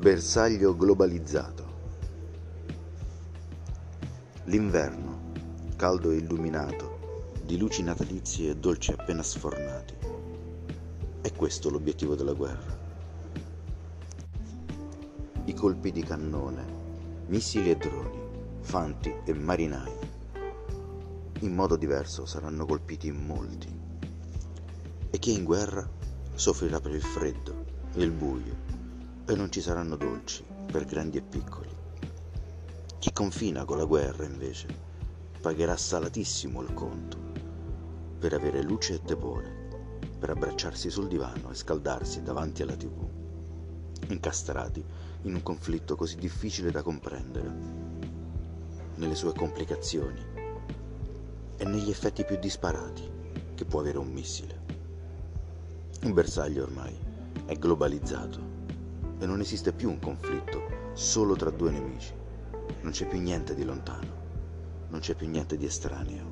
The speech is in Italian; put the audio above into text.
Bersaglio globalizzato. L'inverno, caldo e illuminato, di luci natalizie e dolci appena sfornati. È questo l'obiettivo della guerra. I colpi di cannone, missili e droni, fanti e marinai. In modo diverso saranno colpiti in molti. E chi è in guerra soffrirà per il freddo e il buio, e non ci saranno dolci per grandi e piccoli. Chi confina con la guerra, invece, pagherà salatissimo il conto per avere luce e tepore, per abbracciarsi sul divano e scaldarsi davanti alla TV, incastrati in un conflitto così difficile da comprendere, nelle sue complicazioni e negli effetti più disparati che può avere un missile. Un bersaglio ormai è globalizzato e non esiste più un conflitto solo tra due nemici. Non c'è più niente di lontano, non c'è più niente di estraneo.